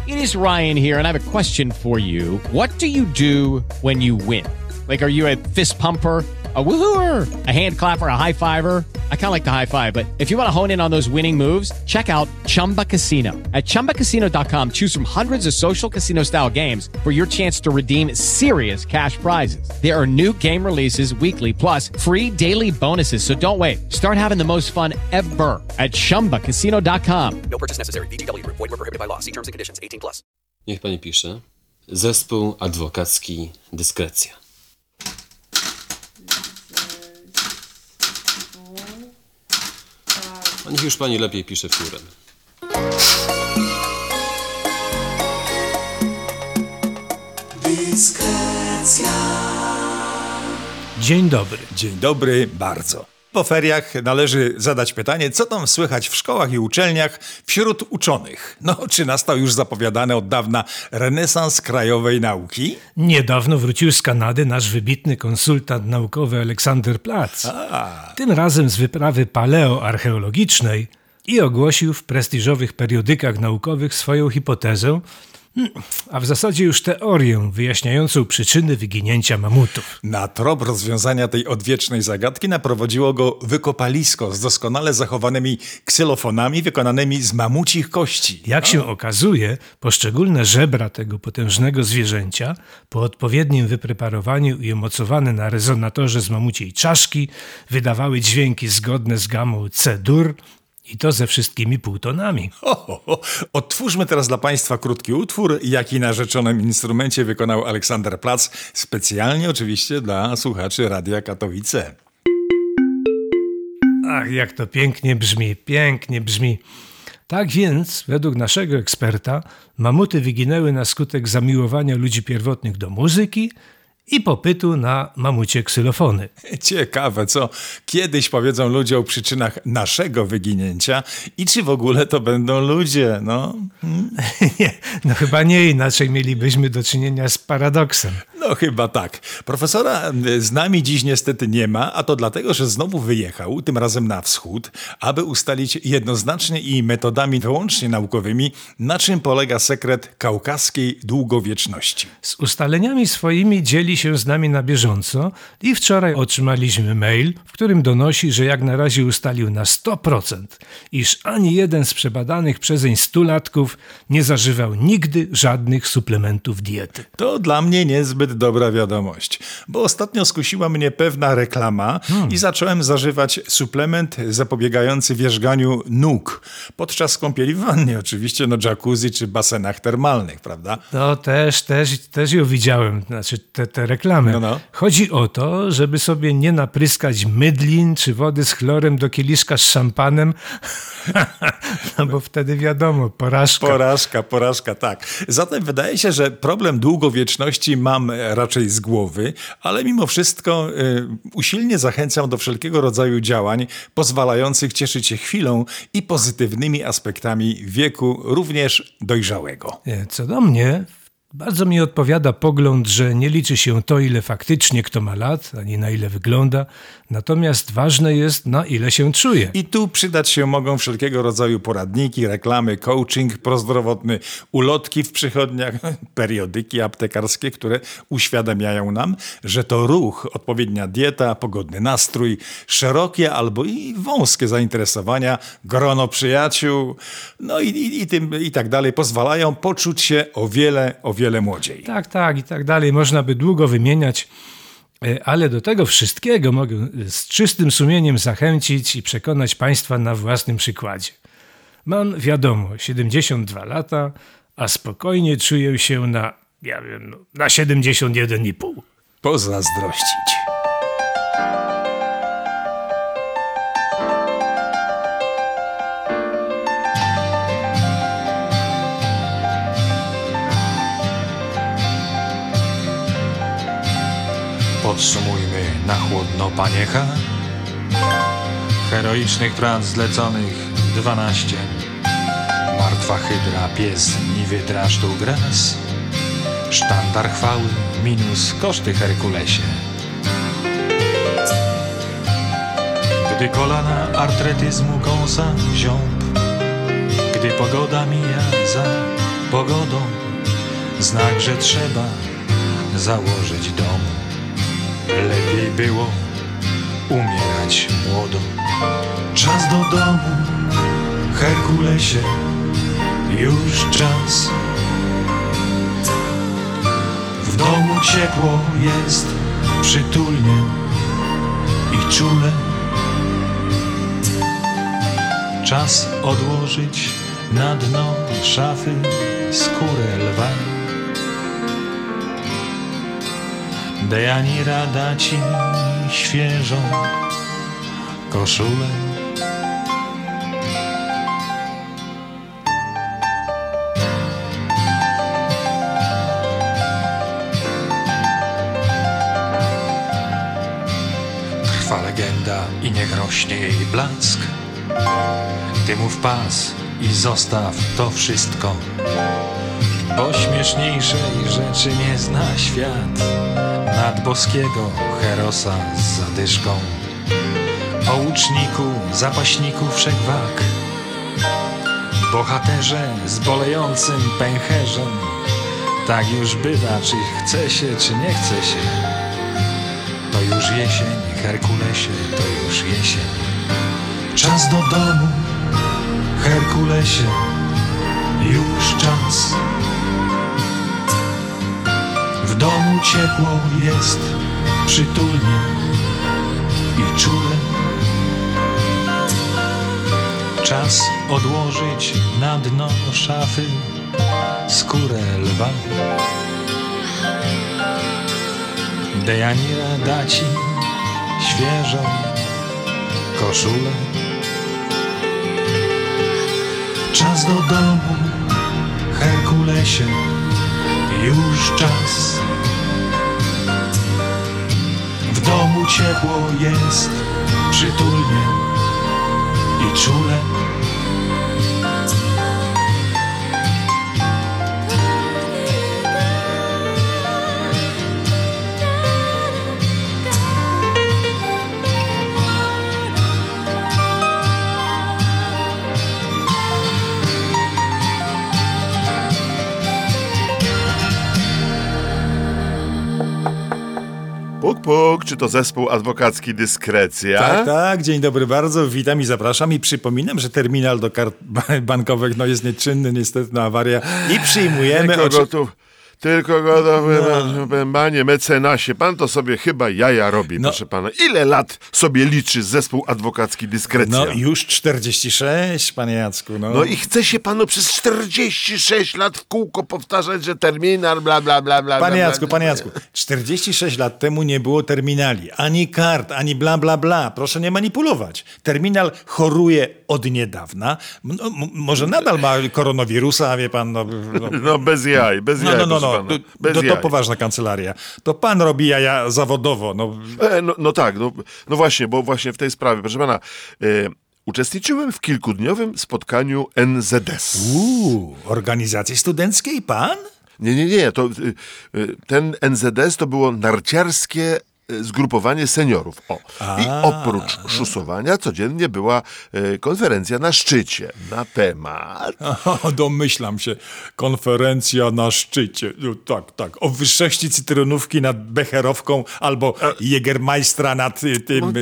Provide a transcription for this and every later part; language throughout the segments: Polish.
It is Ryan here, and I have a question for you. What do you do when you win? Like, are you a fist pumper, a woohooer, a hand clapper, a high fiver? I kind of like the high five, but if you want to hone in on those winning moves, check out Chumba Casino. At ChumbaCasino.com, choose from hundreds of social casino-style games for your chance to redeem serious cash prizes. There are new game releases weekly, plus free daily bonuses, so don't wait. Start having the most fun ever at ChumbaCasino.com. No purchase necessary. VGW Group. Void where prohibited by law. See terms and conditions. 18+. Niech pani pisze. Zespół adwokacki Dyskrecja. A niech już pani lepiej pisze wtórem. Dyskrecja. Dzień dobry. Dzień dobry bardzo. Po feriach należy zadać pytanie, co tam słychać w szkołach i uczelniach wśród uczonych. No, czy nastał już zapowiadany od dawna renesans krajowej nauki? Niedawno wrócił z Kanady nasz wybitny konsultant naukowy Aleksander Platz. Tym razem z wyprawy paleoarcheologicznej i ogłosił w prestiżowych periodykach naukowych swoją hipotezę, a w zasadzie już teorię wyjaśniającą przyczyny wyginięcia mamutów. Na trop rozwiązania tej odwiecznej zagadki naprowadziło go wykopalisko z doskonale zachowanymi ksylofonami wykonanymi z mamucich kości. Jak się okazuje, poszczególne żebra tego potężnego zwierzęcia, po odpowiednim wypreparowaniu i umocowane na rezonatorze z mamuciej czaszki, wydawały dźwięki zgodne z gamą C-dur, i to ze wszystkimi półtonami. Odtwórzmy teraz dla Państwa krótki utwór, jaki na rzeczonym instrumencie wykonał Aleksander Platz, specjalnie oczywiście dla słuchaczy Radia Katowice. Ach, jak to pięknie brzmi. Tak więc, według naszego eksperta, mamuty wyginęły na skutek zamiłowania ludzi pierwotnych do muzyki i popytu na mamucie ksylofony. Ciekawe, co kiedyś powiedzą ludzie o przyczynach naszego wyginięcia i czy w ogóle to będą ludzie, no? Nie, no chyba nie, inaczej mielibyśmy do czynienia z paradoksem. No chyba tak. Profesora z nami dziś niestety nie ma, a to dlatego, że znowu wyjechał, tym razem na wschód, aby ustalić jednoznacznie i metodami wyłącznie naukowymi, na czym polega sekret kaukaskiej długowieczności. Z ustaleniami swoimi dzieli się z nami na bieżąco i wczoraj otrzymaliśmy mail, w którym donosi, że jak na razie ustalił na 100%, iż ani jeden z przebadanych przezeń 100-latków nie zażywał nigdy żadnych suplementów diety. To dla mnie niezbyt dobra wiadomość, bo ostatnio skusiła mnie pewna reklama i zacząłem zażywać suplement zapobiegający wierzganiu nóg. Podczas kąpieli w wannie oczywiście, no jacuzzi czy basenach termalnych, prawda? No też ją widziałem, znaczy te reklamy. No. Chodzi o to, żeby sobie nie napryskać mydlin czy wody z chlorem do kieliszka z szampanem, no bo wtedy wiadomo, Porażka, tak. Zatem wydaje się, że problem długowieczności mam raczej z głowy, ale mimo wszystko usilnie zachęcam do wszelkiego rodzaju działań pozwalających cieszyć się chwilą i pozytywnymi aspektami wieku, również dojrzałego. Co do mnie, bardzo mi odpowiada pogląd, że nie liczy się to, ile faktycznie kto ma lat, ani na ile wygląda, natomiast ważne jest, na ile się czuje. I tu przydać się mogą wszelkiego rodzaju poradniki, reklamy, coaching prozdrowotny, ulotki w przychodniach, periodyki aptekarskie, które uświadamiają nam, że to ruch, odpowiednia dieta, pogodny nastrój, szerokie albo i wąskie zainteresowania, grono przyjaciół, no i tak dalej, pozwalają poczuć się o wiele młodziej. Tak, i tak dalej. Można by długo wymieniać, ale do tego wszystkiego mogę z czystym sumieniem zachęcić i przekonać Państwa na własnym przykładzie. Mam, wiadomo, 72 lata, a spokojnie czuję się na 71,5. Pozazdrościć. Podsumujmy na chłodno, panie H. Heroicznych prac zleconych 12. Martwa hydra, pies, niwy, draszczu, gras. Sztandar chwały minus koszty Herkulesie. Gdy kolana artretyzmu kąsa ziąb, gdy pogoda mija za pogodą, znak, że trzeba założyć dom. Lepiej było umierać młodo. Czas do domu, Herkulesie, już czas. W domu ciepło jest, przytulnie i czule. Czas odłożyć na dno szafy skórę lwa. Dejanira da ci świeżą koszulę. Trwa legenda i niech rośnie jej blask. Ty mu w pas i zostaw to wszystko, bo śmieszniejszej rzeczy nie zna świat nad boskiego Herosa z zadyszką. O łuczniku, zapaśniku wszechwag, bohaterze z bolejącym pęcherzem. Tak już bywa, czy chce się, czy nie chce się. To już jesień, Herkulesie, to już jesień. Czas do domu, Herkulesie, już czas. W domu ciepło jest, przytulnie i czule. Czas odłożyć na dno szafy skórę lwa. Dejanira da ci świeżą koszulę. Czas do domu, Herkulesie, już czas. W domu ciepło jest, przytulnie i czule. Puk, puk, czy to zespół adwokacki Dyskrecja? Tak, tak, dzień dobry bardzo, witam i zapraszam i przypominam, że terminal do kart bankowych jest nieczynny, niestety na awaria i przyjmujemy... Tylko gotowy, panie mecenasie, pan to sobie chyba jaja robi, proszę pana. Ile lat sobie liczy zespół adwokacki Dyskrecja? No już 46, panie Jacku. No i chce się panu przez 46 lat w kółko powtarzać, że terminal, bla, bla, bla, bla. Panie Jacku, 46 lat temu nie było terminali, ani kart, ani bla, bla, bla. Proszę nie manipulować. Terminal choruje od niedawna. Może nadal ma koronawirusa, wie pan. No bez jaj, To poważna kancelaria. To pan robi jaja zawodowo. No właśnie, bo właśnie w tej sprawie, proszę pana, uczestniczyłem w kilkudniowym spotkaniu NZS. Organizacji studenckiej pan? Nie, to ten NZS to było narciarskie zgrupowanie seniorów. I oprócz szusowania codziennie była konferencja na szczycie na temat... Domyślam się. Konferencja na szczycie. Tak. O wyższości cytrynówki nad Becherowką albo Jägermeistera nad tym...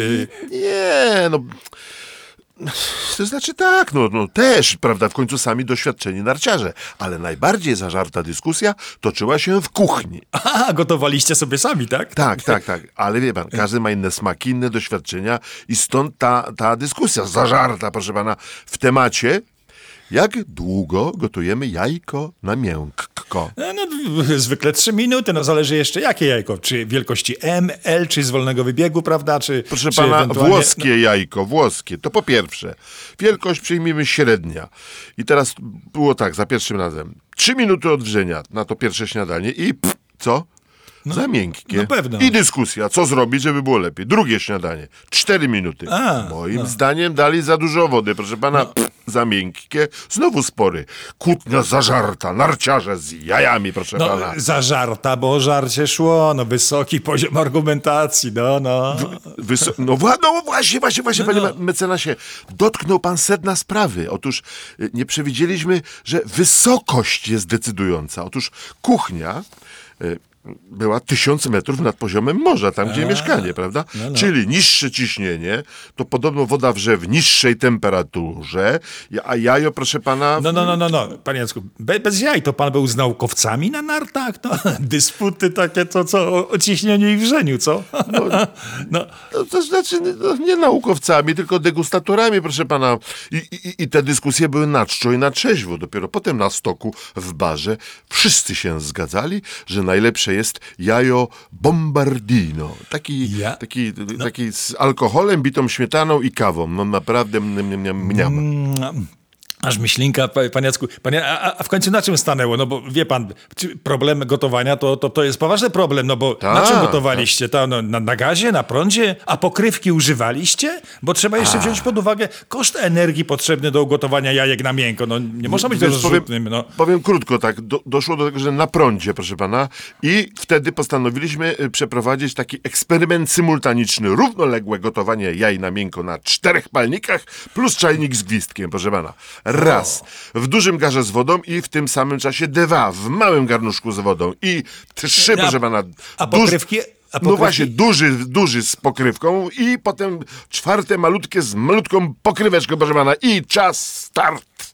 To znaczy tak, też, prawda, w końcu sami doświadczeni narciarze, ale najbardziej zażarta dyskusja toczyła się w kuchni. Gotowaliście sobie sami, tak? Tak, ale wie pan, każdy ma inne smaki, inne doświadczenia i stąd ta dyskusja zażarta, proszę pana, w temacie, jak długo gotujemy jajko na miękko. Zwykle 3 minuty, zależy jeszcze jakie jajko, czy wielkości M, L, czy z wolnego wybiegu, prawda, Proszę pana, ewentualnie... włoskie jajko, to po pierwsze. Wielkość przyjmijmy średnia. I teraz było tak, za pierwszym razem. 3 minuty od wrzenia na to pierwsze śniadanie i co? Za miękkie. No pewno. I dyskusja, co zrobić, żeby było lepiej. Drugie śniadanie, 4 minuty. Moim zdaniem dali za dużo wody, proszę pana. za miękkie, znowu spory. Kłótnia zażarta, narciarze z jajami, proszę No, pana. zażarta, bo o żarcie szło, no wysoki poziom argumentacji, no. No właśnie, panie mecenasie, dotknął pan sedna sprawy. Otóż nie przewidzieliśmy, że wysokość jest decydująca. Otóż kuchnia była 1000 metrów nad poziomem morza, tam gdzie mieszkanie, prawda? Czyli niższe ciśnienie, to podobno woda wrze w niższej temperaturze, a jajo, proszę pana... No, panie Jacku, bez jaj, to pan był z naukowcami na nartach? No, dysputy takie, to co, o ciśnieniu i wrzeniu, co? No, to znaczy, nie naukowcami, tylko degustatorami, proszę pana. I te dyskusje były na czczo i na trzeźwo. Dopiero potem na stoku, w barze, wszyscy się zgadzali, że najlepsze jest jajo bombardino. Taki z alkoholem, bitą śmietaną i kawą. No naprawdę mniam. Aż myślinka, panie Jacku. A w końcu na czym stanęło? No bo wie pan, problem gotowania to jest poważny problem, no bo na czym gotowaliście? Na gazie, na prądzie? A pokrywki używaliście? Bo trzeba jeszcze wziąć pod uwagę koszt energii potrzebny do ugotowania jajek na miękko. No nie można być rozrzutnym. Powiem krótko, tak. Doszło do tego, że na prądzie, proszę pana, i wtedy postanowiliśmy przeprowadzić taki eksperyment symultaniczny, równoległe gotowanie jaj na miękko na 4 palnikach plus czajnik z gwizdkiem, proszę pana. Raz, w dużym garze z wodą i w tym samym czasie 2, w małym garnuszku z wodą i 3, proszę pana. A pokrywki? No właśnie, duży z pokrywką i potem 4 malutkie z malutką pokryweczką, proszę pana. I czas, start.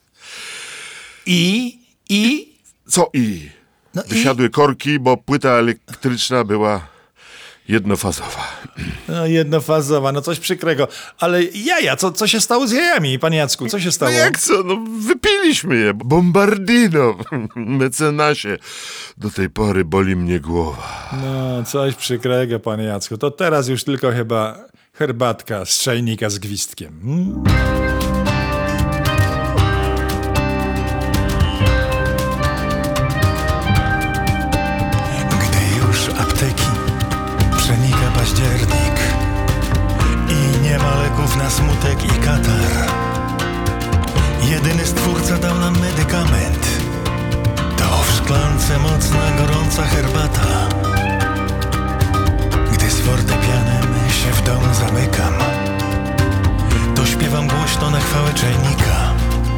Co i? Wysiadły korki, bo płyta elektryczna była jednofazowa. No jednofazowa, no coś przykrego. Ale jaja, co się stało z jajami, panie Jacku? Co się stało? No jak co? No wypiliśmy je. Bombardino. Mecenasie. Do tej pory boli mnie głowa. No, coś przykrego, panie Jacku. To teraz już tylko chyba herbatka z czajnika z gwizdkiem. Gdy już apteki przenika październik i nie ma leków na smutek i katar, jedyny stwórca dał nam medykament. To w szklance mocna, gorąca herbata. Gdy z fortepianem się w domu zamykam, to śpiewam głośno na chwałę czajnika.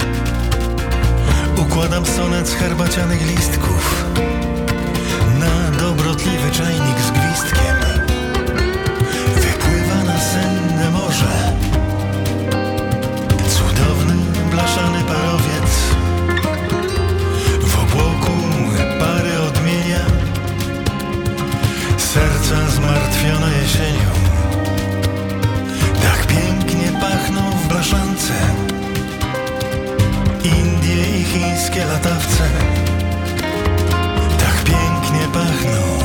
Układam sonet z herbacianych listków na dobrotliwy czajnik z gwizdkiem. Wypływa na senne morze cudowny, blaszany parowiec. W obłoku pary odmienia serca zmartwione jesienią. Tak pięknie pachną w blaszance Indie i chińskie latawce. Tak pięknie pachną.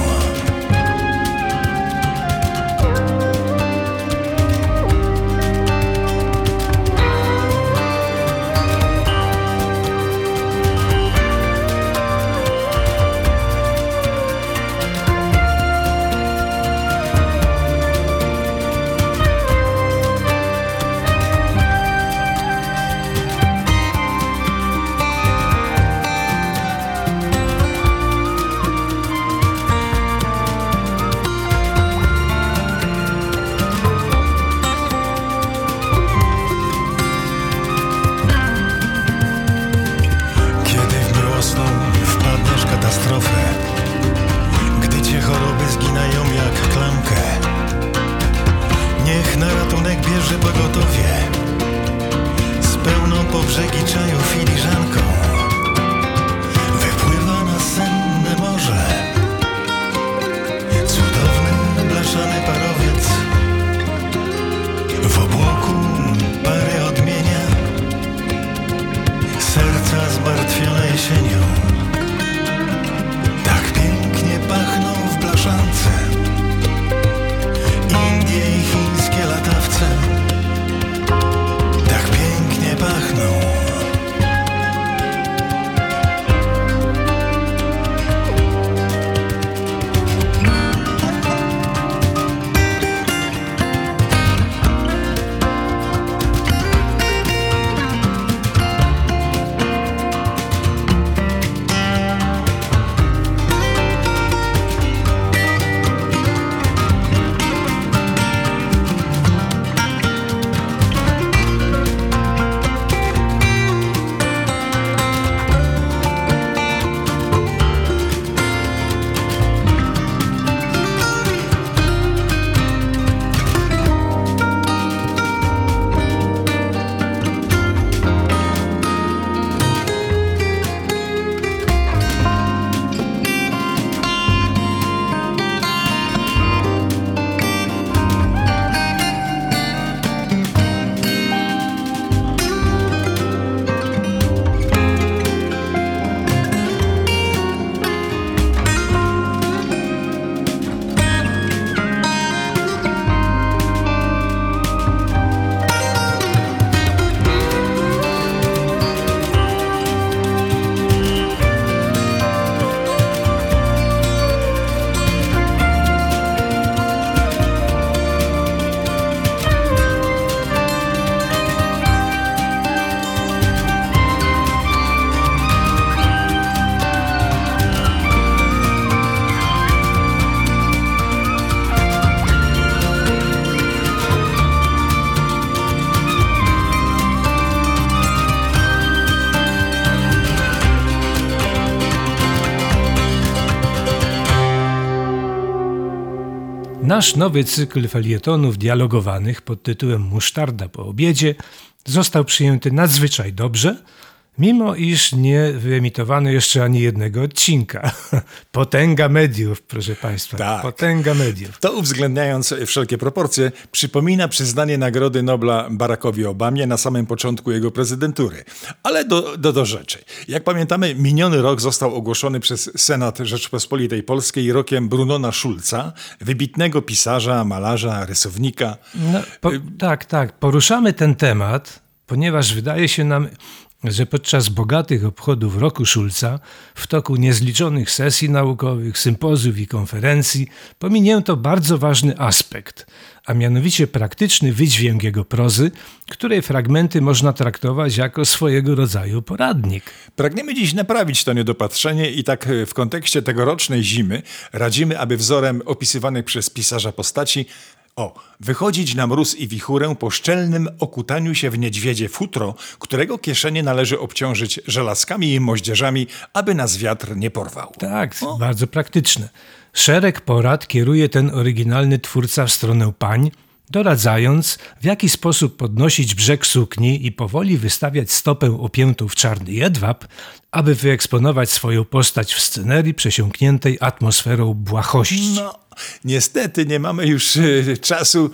Nasz nowy cykl felietonów dialogowanych pod tytułem Musztarda po obiedzie został przyjęty nadzwyczaj dobrze, mimo iż nie wyemitowano jeszcze ani jednego odcinka. Potęga mediów, proszę Państwa. Tak. Potęga mediów. To uwzględniając wszelkie proporcje, przypomina przyznanie Nagrody Nobla Barackowi Obamie na samym początku jego prezydentury. Ale do rzeczy. Jak pamiętamy, miniony rok został ogłoszony przez Senat Rzeczpospolitej Polskiej rokiem Brunona Schulza, wybitnego pisarza, malarza, rysownika. Tak. Poruszamy ten temat, ponieważ wydaje się nam, że podczas bogatych obchodów roku Schulza, w toku niezliczonych sesji naukowych, sympozjów i konferencji, pominięto bardzo ważny aspekt, a mianowicie praktyczny wydźwięk jego prozy, której fragmenty można traktować jako swojego rodzaju poradnik. Pragniemy dziś naprawić to niedopatrzenie i tak w kontekście tegorocznej zimy radzimy, aby wzorem opisywanych przez pisarza postaci wychodzić na mróz i wichurę po szczelnym okutaniu się w niedźwiedzie futro, którego kieszenie należy obciążyć żelazkami i moździerzami, aby nas wiatr nie porwał. Tak, bardzo praktyczne. Szereg porad kieruje ten oryginalny twórca w stronę pań, doradzając, w jaki sposób podnosić brzeg sukni i powoli wystawiać stopę opiętą w czarny jedwab, aby wyeksponować swoją postać w scenerii przesiąkniętej atmosferą błahości. Niestety nie mamy już czasu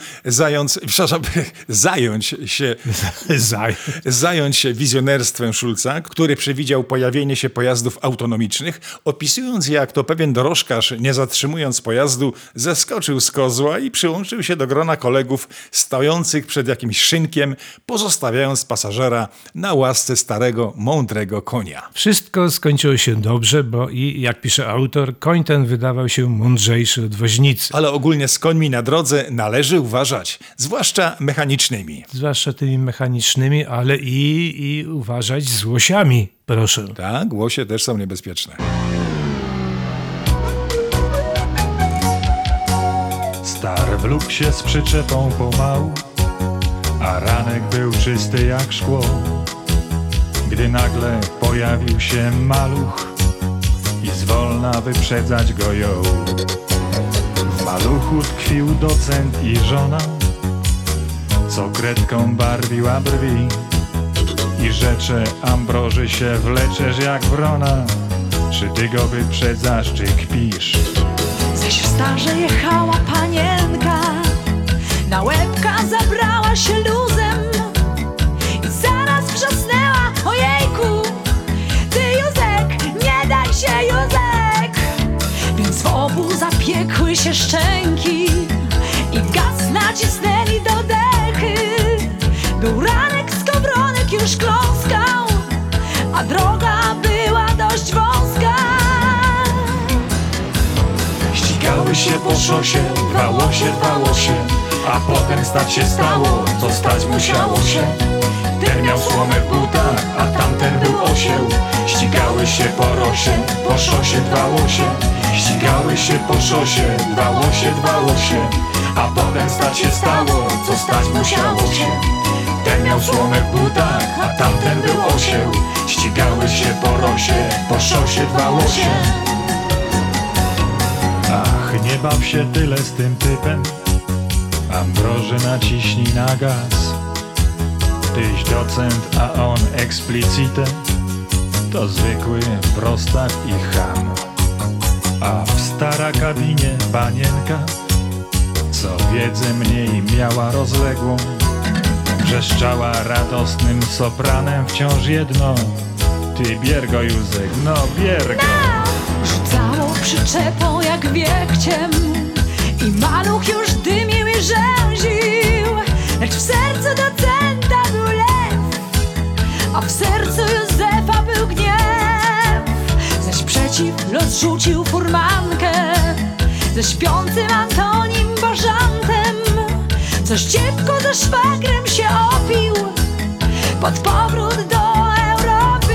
zająć się wizjonerstwem Schulza, który przewidział pojawienie się pojazdów autonomicznych, opisując jak to pewien dorożkarz, nie zatrzymując pojazdu, zeskoczył z kozła i przyłączył się do grona kolegów stojących przed jakimś szynkiem, pozostawiając pasażera na łasce starego, mądrego konia. Wszystko skończyło się dobrze, bo jak pisze autor, koń ten wydawał się mądrzejszy od woźnicy. Ale ogólnie z końmi na drodze należy uważać, zwłaszcza mechanicznymi. Zwłaszcza tymi mechanicznymi, ale i uważać z łosiami, proszę. Tak, łosie też są niebezpieczne. Stary wlókł się z przyczepą pomału, a ranek był czysty jak szkło. Gdy nagle pojawił się maluch i zwolna wyprzedzać go jął. W maluchu tkwił docent i żona, co kredką barwiła brwi. I rzecze Ambroży się wleczesz jak wrona, czy ty go wyprzedzasz, czy kpisz? Zaś w starze jechała panienka, na łebka zabrała się luzem i zaraz wrzasnęła: ojejku, ty Józek, nie daj się Józek! Więc w obu zapiekły się szczęki i gaz nacisnęli do dechy. Był ranek, skowronek już kląskał, a droga była dość wąska. Ścigały się po szosie, dwa łosie, a potem stać się stało, co stać musiało się. Ten miał słomę w butach, a tamten był osieł. Ścigały się po szosie dwa łosie. Ścigały się po szosie, dwa łosie, a potem stać się stało, co stać musiało się. Ten miał słomę w butach, a tamten był osieł. Ścigały się po szosie dwa łosie. Ach, nie baw się tyle z tym typem, Ambroży naciśnij na gaz. Tyś docent, a on eksplicite, to zwykły prostak i cham. A w stara kabinie panienka, co wiedzę mniej miała rozległą, wrzeszczała radosnym sopranem wciąż jedno: ty biergo Józek, no biergo. Rzucało przyczepą jak wiekciem i maluch już dymił i rzęził. Lecz w sercu docenta był lew, a w sercu Józefa był gniew. Zaś przeciw los rzucił furmankę ze śpiącym Antonim Bożantem, co ściepko ze szwagrem się opił pod powrót do Europy.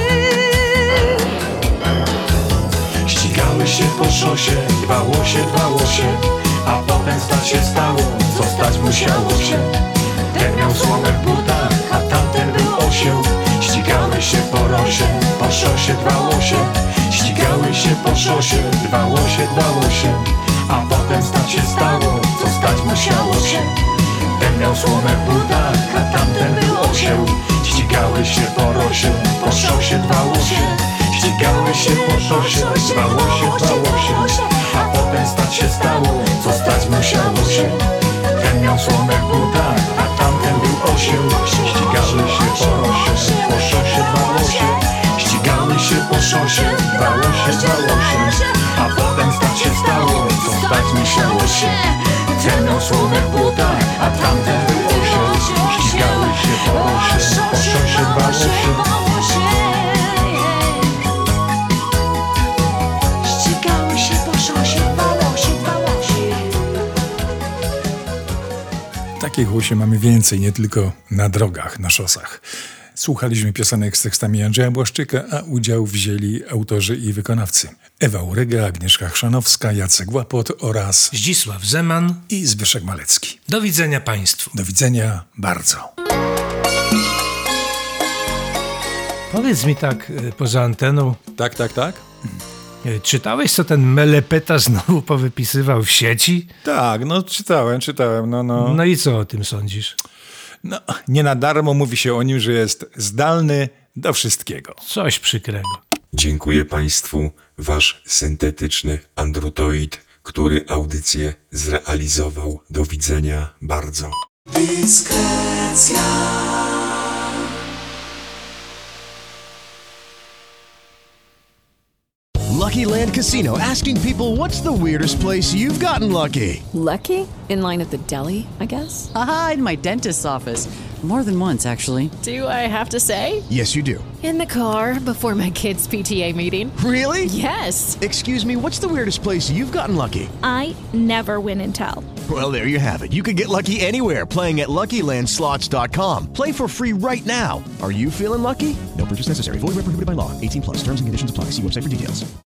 Ścigały się po szosie, dwa łosie, a potem stać się stało, co stać musiało się. Ten miał słomę w butach, a tamten był osieł. Ścigały się po szosie dwa łosie. Ścigały się po szosie, dwa łosie, a potem stać się stało, co stać musiało się. Ten miał słomę w butach, a tamten był osioł. Ścigały się po rosie, po szosie dwa łosie. Ścigały się po szosie, dwa łosie, a potem stać się stało, co stać musiało się. Ten miał słomę w butach, a tamten był osioł. Ścigały się po rosie, po szosie dwa łosie. Ścigały się po szosie, dwa łosie, a potem stać się stało, co stać musiało się. Ten miał słomę w butach, a tamten był osioł. Ścigały się po szosie, dwa łosie. Ścigały się po szosie, dwa łosie. Takich łosi mamy więcej, nie tylko na drogach, na szosach. Słuchaliśmy piosenek z tekstami Andrzeja Błaszczyka, a udział wzięli autorzy i wykonawcy. Ewa Uryga, Agnieszka Chrzanowska, Jacek Łapot oraz Zdzisław Zeman. i Zbyszek Malecki. Do widzenia Państwu. Do widzenia bardzo. Powiedz mi tak poza anteną, Tak. czytałeś, co ten Melepeta znowu powypisywał w sieci? Tak, no czytałem, no. No i co o tym sądzisz? No, nie na darmo mówi się o nim, że jest zdalny do wszystkiego. Coś przykrego. Dziękuję Państwu, Wasz syntetyczny androtoid, który audycję zrealizował. Do widzenia bardzo. Lucky Land Casino, asking people, what's the weirdest place you've gotten lucky? Lucky? In line at the deli, I guess? Aha, in my dentist's office. More than once, actually. Do I have to say? Yes, you do. In the car before my kids' PTA meeting. Really? Yes. Excuse me, what's the weirdest place you've gotten lucky? I never win and tell. Well, there you have it. You can get lucky anywhere, playing at LuckyLandSlots.com. Play for free right now. Are you feeling lucky? No purchase necessary. Void where prohibited by law. 18+. Terms and conditions apply. See website for details.